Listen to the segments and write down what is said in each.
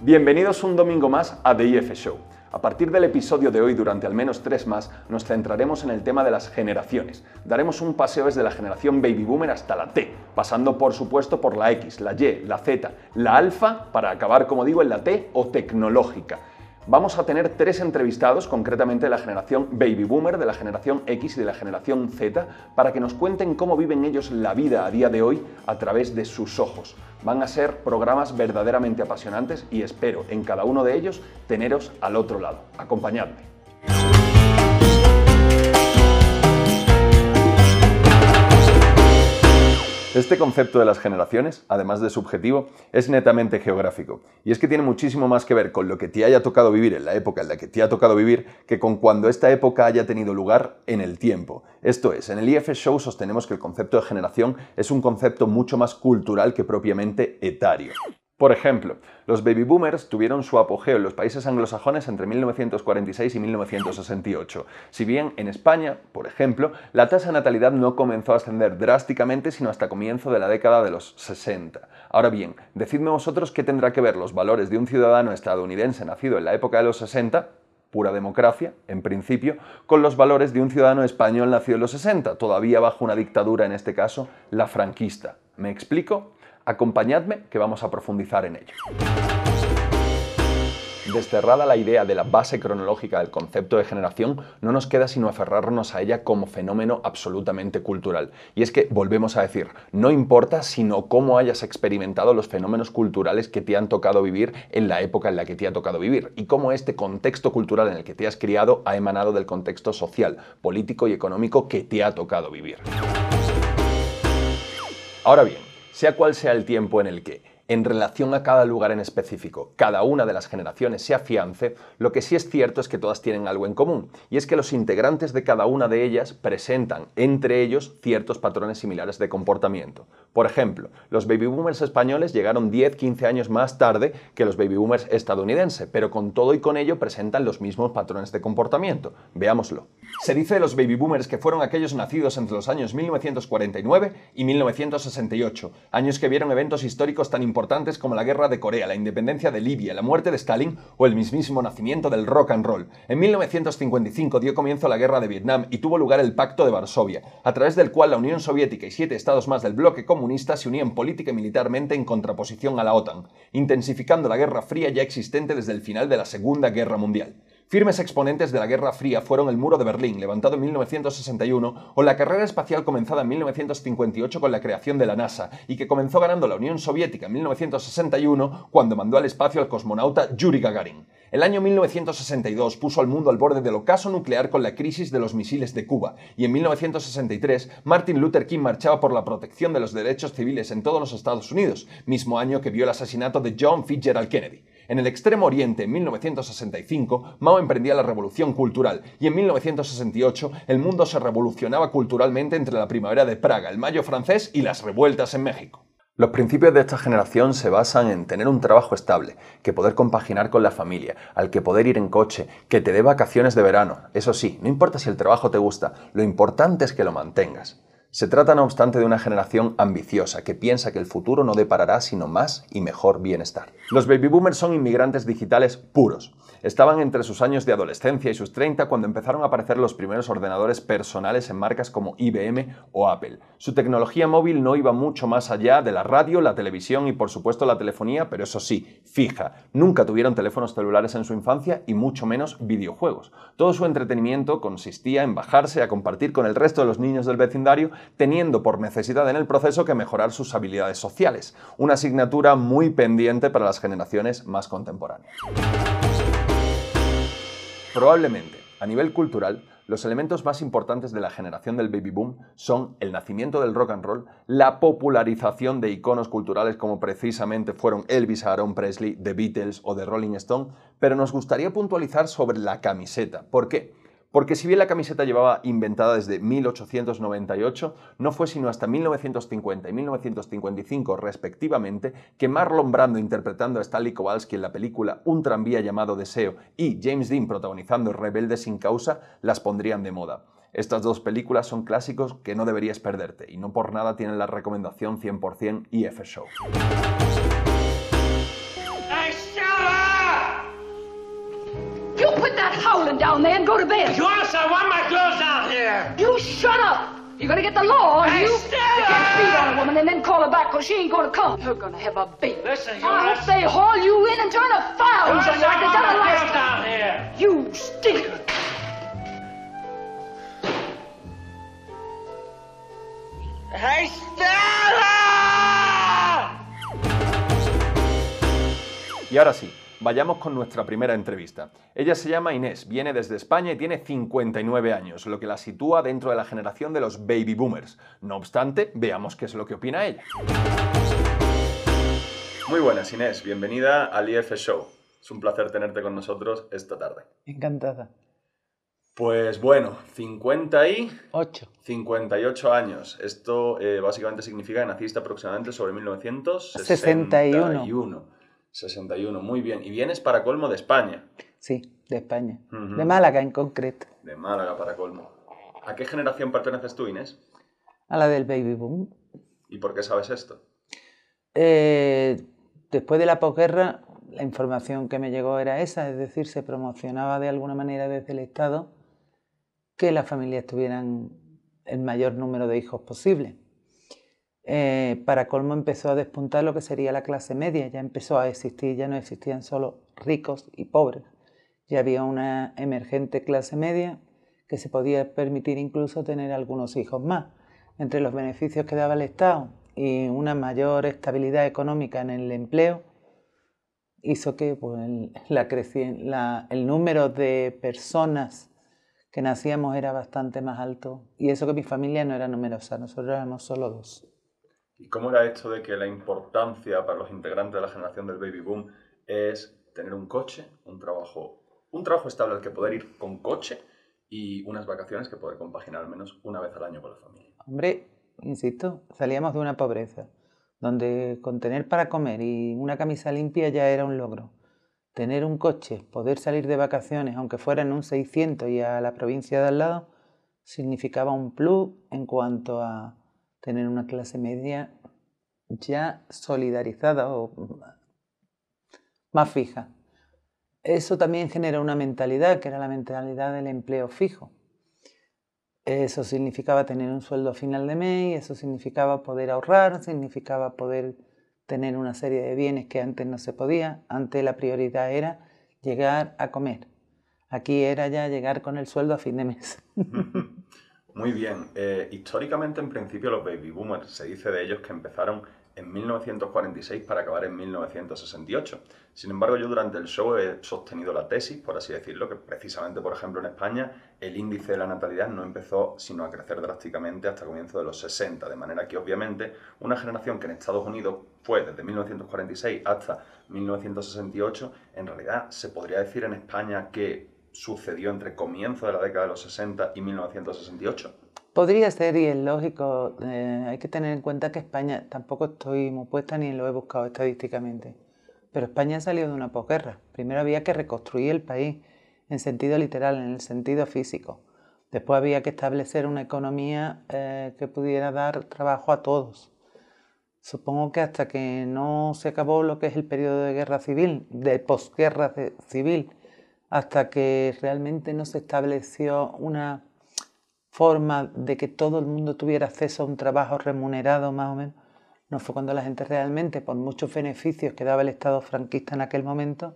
Bienvenidos un domingo más a The IF Show. A partir del episodio de hoy, durante al menos 3 más, nos centraremos en el tema de las generaciones. Daremos un paseo desde la generación Baby Boomer hasta la T, pasando por supuesto por la X, la Y, la Z, la Alfa, para acabar, como digo, en la T o tecnológica. Vamos a tener 3 entrevistados, concretamente de la generación Baby Boomer, de la generación X y de la generación Z, para que nos cuenten cómo viven ellos la vida a día de hoy a través de sus ojos. Van a ser programas verdaderamente apasionantes y espero en cada uno de ellos teneros al otro lado. Acompañadme. Este concepto de las generaciones, además de subjetivo, es netamente geográfico. Y es que tiene muchísimo más que ver con lo que te haya tocado vivir en la época en la que te ha tocado vivir que con cuando esta época haya tenido lugar en el tiempo. Esto es, en el IF Show sostenemos que el concepto de generación es un concepto mucho más cultural que propiamente etario. Por ejemplo, los baby boomers tuvieron su apogeo en los países anglosajones entre 1946 y 1968. Si bien en España, por ejemplo, la tasa de natalidad no comenzó a ascender drásticamente sino hasta comienzo de la década de los 60. Ahora bien, decidme vosotros qué tendrá que ver los valores de un ciudadano estadounidense nacido en la época de los 60, pura democracia, en principio, con los valores de un ciudadano español nacido en los 60, todavía bajo una dictadura, en este caso, la franquista. ¿Me explico? Acompañadme que vamos a profundizar en ello. Desterrada la idea de la base cronológica del concepto de generación, no nos queda sino aferrarnos a ella como fenómeno absolutamente cultural. Y es que, volvemos a decir, no importa sino cómo hayas experimentado los fenómenos culturales que te han tocado vivir en la época en la que te ha tocado vivir y cómo este contexto cultural en el que te has criado ha emanado del contexto social, político y económico que te ha tocado vivir. Ahora bien, sea cual sea el tiempo en el que, en relación a cada lugar en específico, cada una de las generaciones se afiance, lo que sí es cierto es que todas tienen algo en común, y es que los integrantes de cada una de ellas presentan, entre ellos, ciertos patrones similares de comportamiento. Por ejemplo, los baby boomers españoles llegaron 10-15 años más tarde que los baby boomers estadounidenses, pero con todo y con ello presentan los mismos patrones de comportamiento. Veámoslo. Se dice de los baby boomers que fueron aquellos nacidos entre los años 1949 y 1968, años que vieron eventos históricos tan importantes como la Guerra de Corea, la independencia de Libia, la muerte de Stalin o el mismísimo nacimiento del rock and roll. En 1955 dio comienzo la Guerra de Vietnam y tuvo lugar el Pacto de Varsovia, a través del cual la Unión Soviética y 7 estados más del bloque comunista se unían política y militarmente en contraposición a la OTAN, intensificando la Guerra Fría ya existente desde el final de la Segunda Guerra Mundial. Firmes exponentes de la Guerra Fría fueron el Muro de Berlín, levantado en 1961, o la carrera espacial comenzada en 1958 con la creación de la NASA, y que comenzó ganando la Unión Soviética en 1961 cuando mandó al espacio al cosmonauta Yuri Gagarin. El año 1962 puso al mundo al borde del ocaso nuclear con la crisis de los misiles de Cuba, y en 1963 Martin Luther King marchaba por la protección de los derechos civiles en todos los Estados Unidos, mismo año que vio el asesinato de John Fitzgerald Kennedy. En el Extremo Oriente, en 1965, Mao emprendía la Revolución Cultural y en 1968 el mundo se revolucionaba culturalmente entre la primavera de Praga, el Mayo francés y las revueltas en México. Los principios de esta generación se basan en tener un trabajo estable, que poder compaginar con la familia, al que poder ir en coche, que te dé vacaciones de verano. Eso sí, no importa si el trabajo te gusta, lo importante es que lo mantengas. Se trata, no obstante, de una generación ambiciosa que piensa que el futuro no deparará sino más y mejor bienestar. Los baby boomers son inmigrantes digitales puros. Estaban entre sus años de adolescencia y sus 30 cuando empezaron a aparecer los primeros ordenadores personales en marcas como IBM o Apple. Su tecnología móvil no iba mucho más allá de la radio, la televisión y por supuesto la telefonía, pero eso sí, fija. Nunca tuvieron teléfonos celulares en su infancia y mucho menos videojuegos. Todo su entretenimiento consistía en bajarse a compartir con el resto de los niños del vecindario, teniendo por necesidad en el proceso que mejorar sus habilidades sociales, una asignatura muy pendiente para las generaciones más contemporáneas. Probablemente, a nivel cultural, los elementos más importantes de la generación del baby boom son el nacimiento del rock and roll, la popularización de iconos culturales como precisamente fueron Elvis, Aaron Presley, The Beatles o The Rolling Stone, pero nos gustaría puntualizar sobre la camiseta. ¿Por qué? Porque si bien la camiseta llevaba inventada desde 1898, no fue sino hasta 1950 y 1955 respectivamente que Marlon Brando interpretando a Stanley Kowalski en la película Un tranvía llamado Deseo y James Dean protagonizando Rebelde sin causa las pondrían de moda. Estas dos películas son clásicos que no deberías perderte y no por nada tienen la recomendación 100% IF Show. Hey, shut up! down there and go to bed. Clothes, I want my clothes down here. You shut up. You're gonna get the law on Hey, you. Stella! You can't beat on a woman and then call her back because she ain't gonna come. You're gonna have a baby. Listen, I Horace. hope they haul you in and turn a fire on Clothes, you like I they want done my the last clothes time. down here. You stinker. Hey, Stella! Y ahora sí, vayamos con nuestra primera entrevista. Ella se llama Inés, viene desde España y tiene 59 años, lo que la sitúa dentro de la generación de los baby boomers. No obstante, veamos qué es lo que opina ella. Muy buenas, Inés. Bienvenida al IF Show. Es un placer tenerte con nosotros esta tarde. Encantada. Pues bueno, 8. 58 años. Esto básicamente significa que naciste aproximadamente sobre 1961. 61, muy bien. Y vienes para colmo de España. Sí, de España. Ujú. De Málaga en concreto. De Málaga para colmo. ¿A qué generación perteneces tú, Inés? A la del baby boom. ¿Y por qué sabes esto? Después de la posguerra, la información que me llegó era esa, es decir, se promocionaba de alguna manera desde el Estado que las familias tuvieran el mayor número de hijos posible. Para colmo empezó a despuntar lo que sería la clase media, ya empezó a existir, ya no existían solo ricos y pobres, ya había una emergente clase media que se podía permitir incluso tener algunos hijos más. Entre los beneficios que daba el Estado y una mayor estabilidad económica en el empleo, hizo que pues, el número de personas que nacíamos era bastante más alto, y eso que mi familia no era numerosa, nosotros éramos solo 2. ¿Y cómo era esto de que la importancia para los integrantes de la generación del baby boom es tener un coche, un trabajo estable al que poder ir con coche y unas vacaciones que poder compaginar al menos una vez al año con la familia? Hombre, insisto, salíamos de una pobreza, donde con tener para comer y una camisa limpia ya era un logro. Tener un coche, poder salir de vacaciones, aunque fuera en un 600 y a la provincia de al lado, significaba un plus en cuanto a tener una clase media ya solidarizada o más fija. Eso también genera una mentalidad, que era la mentalidad del empleo fijo. Eso significaba tener un sueldo a final de mes, eso significaba poder ahorrar, significaba poder tener una serie de bienes que antes no se podía. Antes la prioridad era llegar a comer. Aquí era ya llegar con el sueldo a fin de mes. Muy bien. Históricamente, en principio, los baby boomers, se dice de ellos que empezaron en 1946 para acabar en 1968. Sin embargo, yo durante el show he sostenido la tesis, por así decirlo, que precisamente, por ejemplo, en España, el índice de la natalidad no empezó sino a crecer drásticamente hasta comienzos de los 60, de manera que, obviamente, una generación que en Estados Unidos fue desde 1946 hasta 1968, en realidad se podría decir en España que sucedió entre comienzos de la década de los 60 y 1968. Podría ser, y es lógico. Hay que tener en cuenta que España, tampoco estoy muy puesta ni lo he buscado estadísticamente, pero España salió de una posguerra. Primero había que reconstruir el país en sentido literal, en el sentido físico. Después había que establecer una economía que pudiera dar trabajo a todos. Supongo que hasta que no se acabó lo que es el periodo de guerra civil, de posguerra civil, hasta que realmente no se estableció una forma de que todo el mundo tuviera acceso a un trabajo remunerado más o menos, no fue cuando la gente realmente, por muchos beneficios que daba el Estado franquista en aquel momento,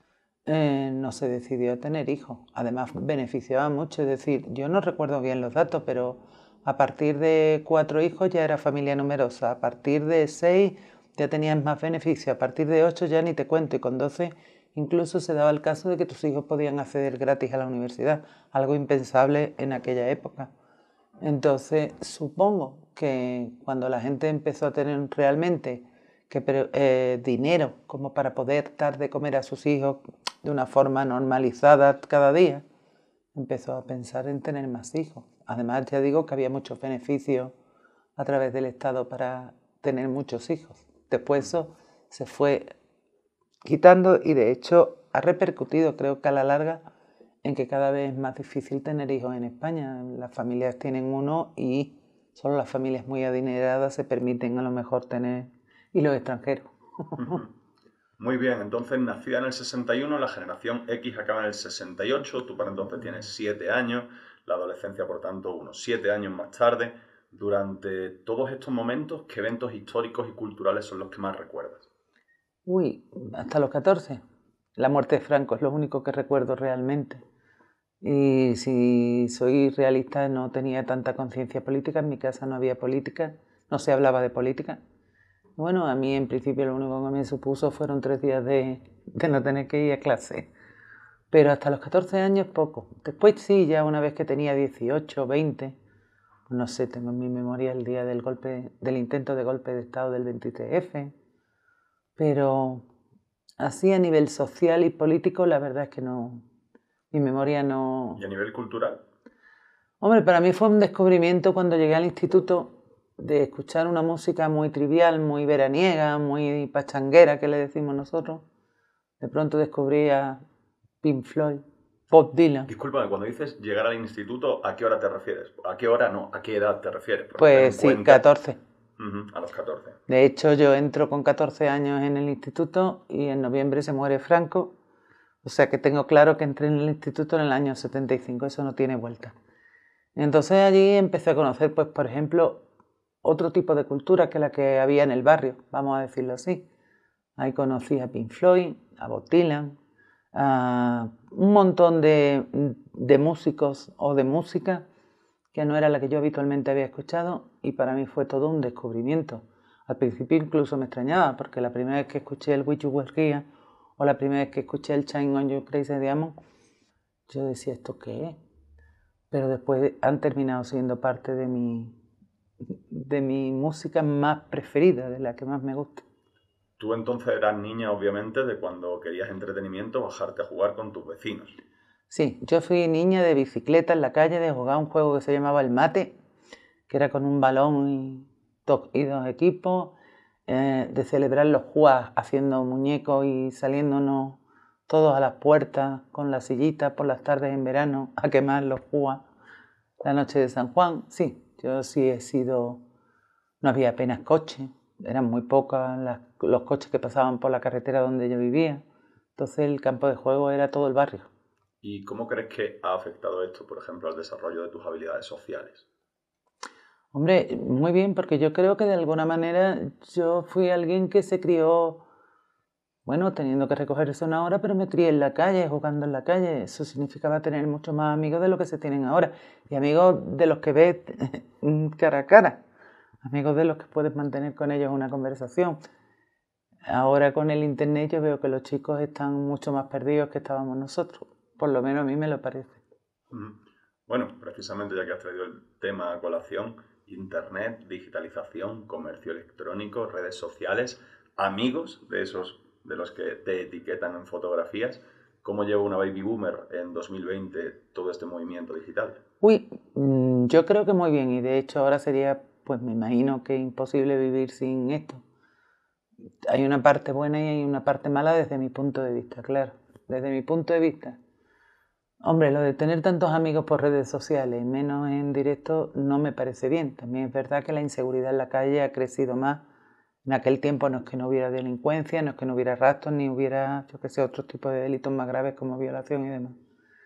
no se decidió a tener hijos. Además beneficiaba mucho, es decir, yo no recuerdo bien los datos, pero a partir de 4 hijos ya era familia numerosa, a partir de 6 ya tenías más beneficios, a partir de 8 ya ni te cuento, y con 12 incluso se daba el caso de que tus hijos podían acceder gratis a la universidad, algo impensable en aquella época. Entonces, supongo que cuando la gente empezó a tener realmente dinero como para poder dar de comer a sus hijos de una forma normalizada cada día, empezó a pensar en tener más hijos. Además, ya digo que había muchos beneficios a través del Estado para tener muchos hijos. Después eso se fue quitando y de hecho ha repercutido, creo que a la larga, en que cada vez es más difícil tener hijos en España. Las familias tienen uno y solo las familias muy adineradas se permiten a lo mejor tener, y los extranjeros. Muy bien, entonces nacida en el 61, la generación X acaba en el 68, tú para entonces tienes 7 años, la adolescencia por tanto unos 7 años más tarde. Durante todos estos momentos, ¿qué eventos históricos y culturales son los que más recuerdas? Uy, hasta los 14. La muerte de Franco es lo único que recuerdo realmente. Y si soy realista, no tenía tanta conciencia política, en mi casa no había política, no se hablaba de política. Bueno, a mí en principio lo único que me supuso fueron 3 días de no tener que ir a clase. Pero hasta los 14 años poco. Después sí, ya una vez que tenía 18, 20, pues no sé, tengo en mi memoria el día del intento de golpe de Estado del 23F. Pero así a nivel social y político, la verdad es que no, mi memoria no... ¿Y a nivel cultural? Hombre, para mí fue un descubrimiento cuando llegué al instituto de escuchar una música muy trivial, muy veraniega, muy pachanguera, que le decimos nosotros. De pronto descubrí a Pink Floyd, Bob Dylan. Discúlpame, cuando dices llegar al instituto, ¿a qué hora te refieres? ¿A qué hora no? ¿A qué edad te refieres? Pues sí, 14. A los 14. De hecho, yo entro con 14 años en el instituto y en noviembre se muere Franco. O sea que tengo claro que entré en el instituto en el año 75, eso no tiene vuelta. Entonces allí empecé a conocer, pues por ejemplo, otro tipo de cultura que la que había en el barrio, vamos a decirlo así. Ahí conocí a Pink Floyd, a Bob Dylan, a un montón de músicos o de música que no era la que yo habitualmente había escuchado y para mí fue todo un descubrimiento. Al principio incluso me extrañaba porque la primera vez que escuché el Wish You Were Here o la primera vez que escuché el Shine on You Crazy Diamond, yo decía, ¿esto qué es? Pero después han terminado siendo parte de mi música más preferida, de la que más me gusta. Tú entonces eras niña, obviamente, de cuando querías entretenimiento, bajarte a jugar con tus vecinos. Sí, yo fui niña de bicicleta en la calle, de jugar un juego que se llamaba el mate, que era con un balón y dos equipos, de celebrar los juas haciendo muñecos y saliéndonos todos a las puertas con las sillitas por las tardes en verano a quemar los juas la noche de San Juan. Sí, yo sí he sido... No había apenas coches, eran muy pocos los coches que pasaban por la carretera donde yo vivía. Entonces el campo de juego era todo el barrio. ¿Y cómo crees que ha afectado esto, por ejemplo, al desarrollo de tus habilidades sociales? Hombre, muy bien, porque yo creo que de alguna manera yo fui alguien que se crió, bueno, teniendo que recogerse una hora, pero me crié en la calle, jugando en la calle. Eso significaba tener muchos más amigos de lo que se tienen ahora. Y amigos de los que ves cara a cara. Amigos de los que puedes mantener con ellos una conversación. Ahora con el internet yo veo que los chicos están mucho más perdidos que estábamos nosotros. Por lo menos a mí me lo parece. Bueno, precisamente ya que has traído el tema a colación, internet, digitalización, comercio electrónico, redes sociales, amigos de esos de los que te etiquetan en fotografías, ¿cómo lleva una baby boomer en 2020 todo este movimiento digital? Uy, yo creo que muy bien y de hecho ahora sería, pues me imagino que imposible vivir sin esto. Hay una parte buena y hay una parte mala desde mi punto de vista, claro. Desde mi punto de vista, hombre, lo de tener tantos amigos por redes sociales y menos en directo no me parece bien. También es verdad que la inseguridad en la calle ha crecido más. En aquel tiempo no es que no hubiera delincuencia, no es que no hubiera rastros, ni hubiera, yo qué sé, otros tipos de delitos más graves como violación y demás.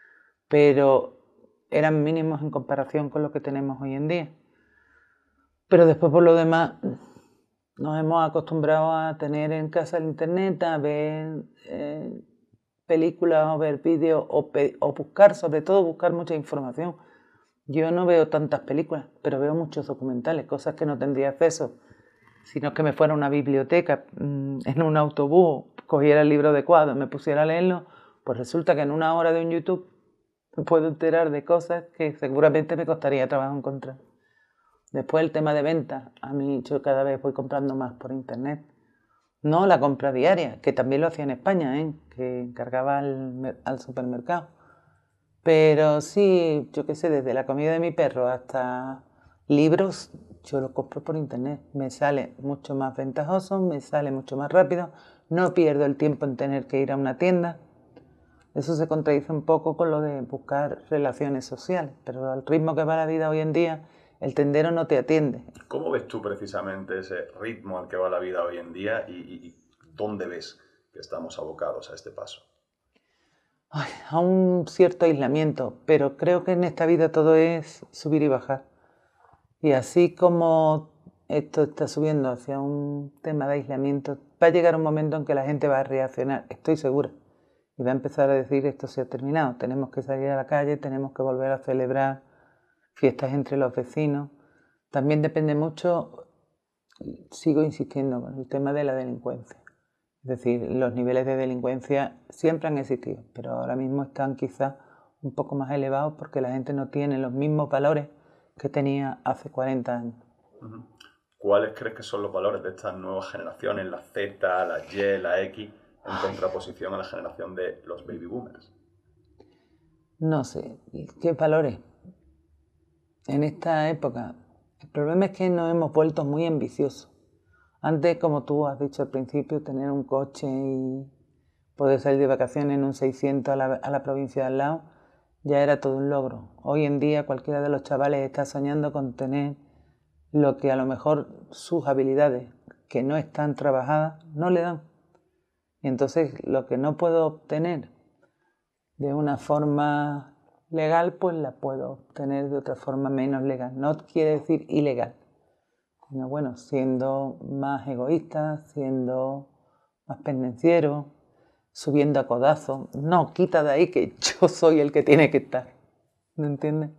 Pero eran mínimos en comparación con lo que tenemos hoy en día. Pero después, por lo demás, nos hemos acostumbrado a tener en casa el internet, a ver películas o ver vídeos o buscar, sobre todo buscar mucha información. Yo no veo tantas películas, pero veo muchos documentales, cosas que no tendría acceso, sino que me fuera a una biblioteca, en un autobús, cogiera el libro adecuado, me pusiera a leerlo, pues resulta que en una hora de un YouTube me puedo enterar de cosas que seguramente me costaría trabajo encontrar. Después el tema de ventas, a mí yo cada vez voy comprando más por internet. No la compra diaria, que también lo hacía en España, que encargaba al supermercado. Pero sí, yo qué sé, desde la comida de mi perro hasta libros, yo los compro por internet. Me sale mucho más ventajoso, me sale mucho más rápido, no pierdo el tiempo en tener que ir a una tienda. Eso se contradice un poco con lo de buscar relaciones sociales, pero al ritmo que va la vida hoy en día, el tendero no te atiende. ¿Cómo ves tú precisamente ese ritmo al que va la vida hoy en día y dónde ves que estamos abocados a este paso? Ay, a un cierto aislamiento, pero creo que en esta vida todo es subir y bajar. Y así como esto está subiendo hacia un tema de aislamiento, va a llegar un momento en que la gente va a reaccionar, estoy segura, y va a empezar a decir esto se ha terminado, tenemos que salir a la calle, tenemos que volver a celebrar fiestas entre los vecinos. También depende mucho, sigo insistiendo con el tema de la delincuencia. Es decir, los niveles de delincuencia siempre han existido, pero ahora mismo están quizás un poco más elevados porque la gente no tiene los mismos valores que tenía hace 40 años. ¿Cuáles crees que son los valores de estas nuevas generaciones, la Z, la Y, la X, en contraposición a la generación de los baby boomers? No sé, ¿qué valores? En esta época, el problema es que nos hemos vuelto muy ambiciosos. Antes, como tú has dicho al principio, tener un coche y poder salir de vacaciones en un 600 a la provincia de al lado, ya era todo un logro. Hoy en día cualquiera de los chavales está soñando con tener lo que a lo mejor sus habilidades, que no están trabajadas, no le dan. Y entonces lo que no puedo obtener de una forma legal, pues la puedo obtener de otra forma menos legal. No quiere decir ilegal. Sino bueno, siendo más egoísta, siendo más pendenciero, subiendo a codazo. No, quita de ahí que yo soy el que tiene que estar. ¿Me entiendes?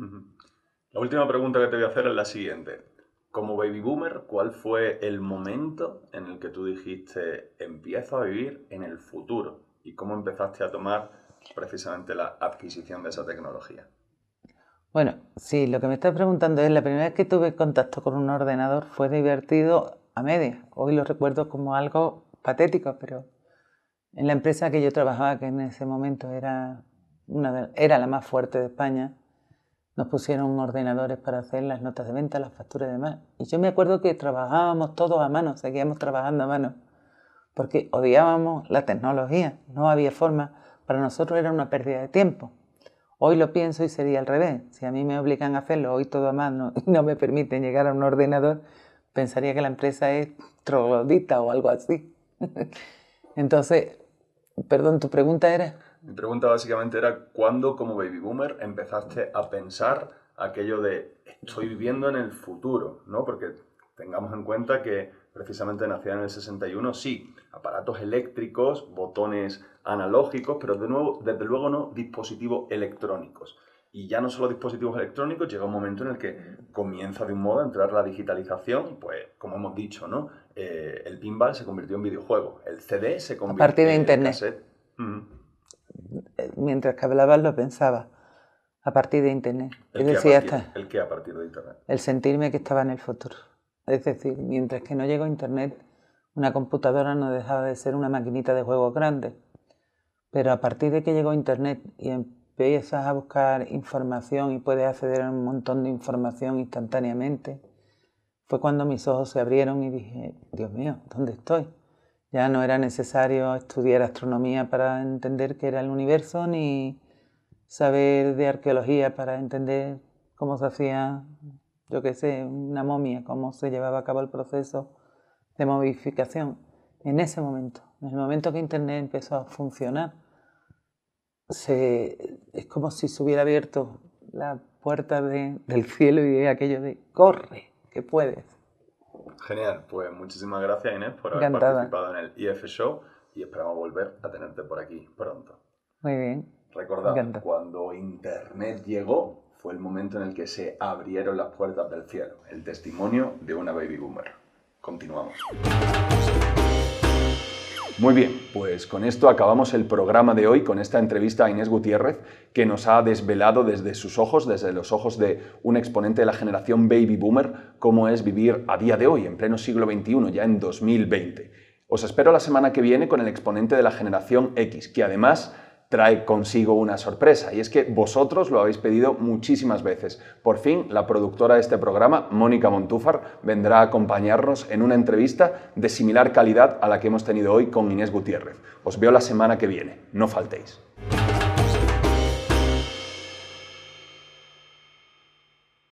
La última pregunta que te voy a hacer es la siguiente. Como baby boomer, ¿cuál fue el momento en el que tú dijiste empiezo a vivir en el futuro? ¿Y cómo empezaste a tomar precisamente la adquisición de esa tecnología? Bueno, sí, lo que me estás preguntando es la primera vez que tuve contacto con un ordenador fue divertido a medias. Hoy lo recuerdo como algo patético, pero en la empresa que yo trabajaba, que en ese momento era la más fuerte de España, nos pusieron ordenadores para hacer las notas de venta, las facturas y demás. Y yo me acuerdo que trabajábamos todos a mano, seguíamos trabajando a mano, porque odiábamos la tecnología, no había forma. Para nosotros era una pérdida de tiempo. Hoy lo pienso y sería al revés. Si a mí me obligan a hacerlo hoy todo a mano y no me permiten llegar a un ordenador, pensaría que la empresa es troglodita o algo así. Entonces, perdón, ¿tu pregunta era? Mi pregunta básicamente era ¿cuándo como baby boomer empezaste a pensar aquello de estoy viviendo en el futuro? ¿No? Porque tengamos en cuenta que precisamente nacida en el 61, sí, aparatos eléctricos, botones analógicos, pero desde luego no dispositivos electrónicos. Y ya no solo dispositivos electrónicos, llega un momento en el que comienza de un modo a entrar la digitalización, pues como hemos dicho, ¿no? El pinball se convirtió en videojuego, el CD se convirtió a partir de internet. Cassette. Mientras que hablabas lo pensaba, a partir de internet. ¿El qué a partir de internet? El sentirme que estaba en el futuro. Es decir, mientras que no llegó internet, una computadora no dejaba de ser una maquinita de juegos grande. Pero a partir de que llegó internet y empiezas a buscar información y puedes acceder a un montón de información instantáneamente, fue cuando mis ojos se abrieron y dije, Dios mío, ¿dónde estoy? Ya no era necesario estudiar astronomía para entender qué era el universo, ni saber de arqueología para entender cómo se hacía, yo qué sé, una momia, cómo se llevaba a cabo el proceso de momificación. En ese momento, en el momento que internet empezó a funcionar, es como si se hubiera abierto la puerta del cielo y aquello de corre, que puedes. Genial, pues muchísimas gracias Inés por haber participado en el IF Show y esperamos volver a tenerte por aquí pronto. Muy bien. Recordad, cuando internet llegó fue el momento en el que se abrieron las puertas del cielo, el testimonio de una baby boomer. Continuamos. Muy bien, pues con esto acabamos el programa de hoy con esta entrevista a Inés Gutiérrez que nos ha desvelado desde sus ojos, desde los ojos de un exponente de la generación baby boomer, cómo es vivir a día de hoy, en pleno siglo XXI, ya en 2020. Os espero la semana que viene con el exponente de la generación X, que además trae consigo una sorpresa, y es que vosotros lo habéis pedido muchísimas veces. Por fin, la productora de este programa, Mónica Montúfar, vendrá a acompañarnos en una entrevista de similar calidad a la que hemos tenido hoy con Inés Gutiérrez. Os veo la semana que viene, no faltéis.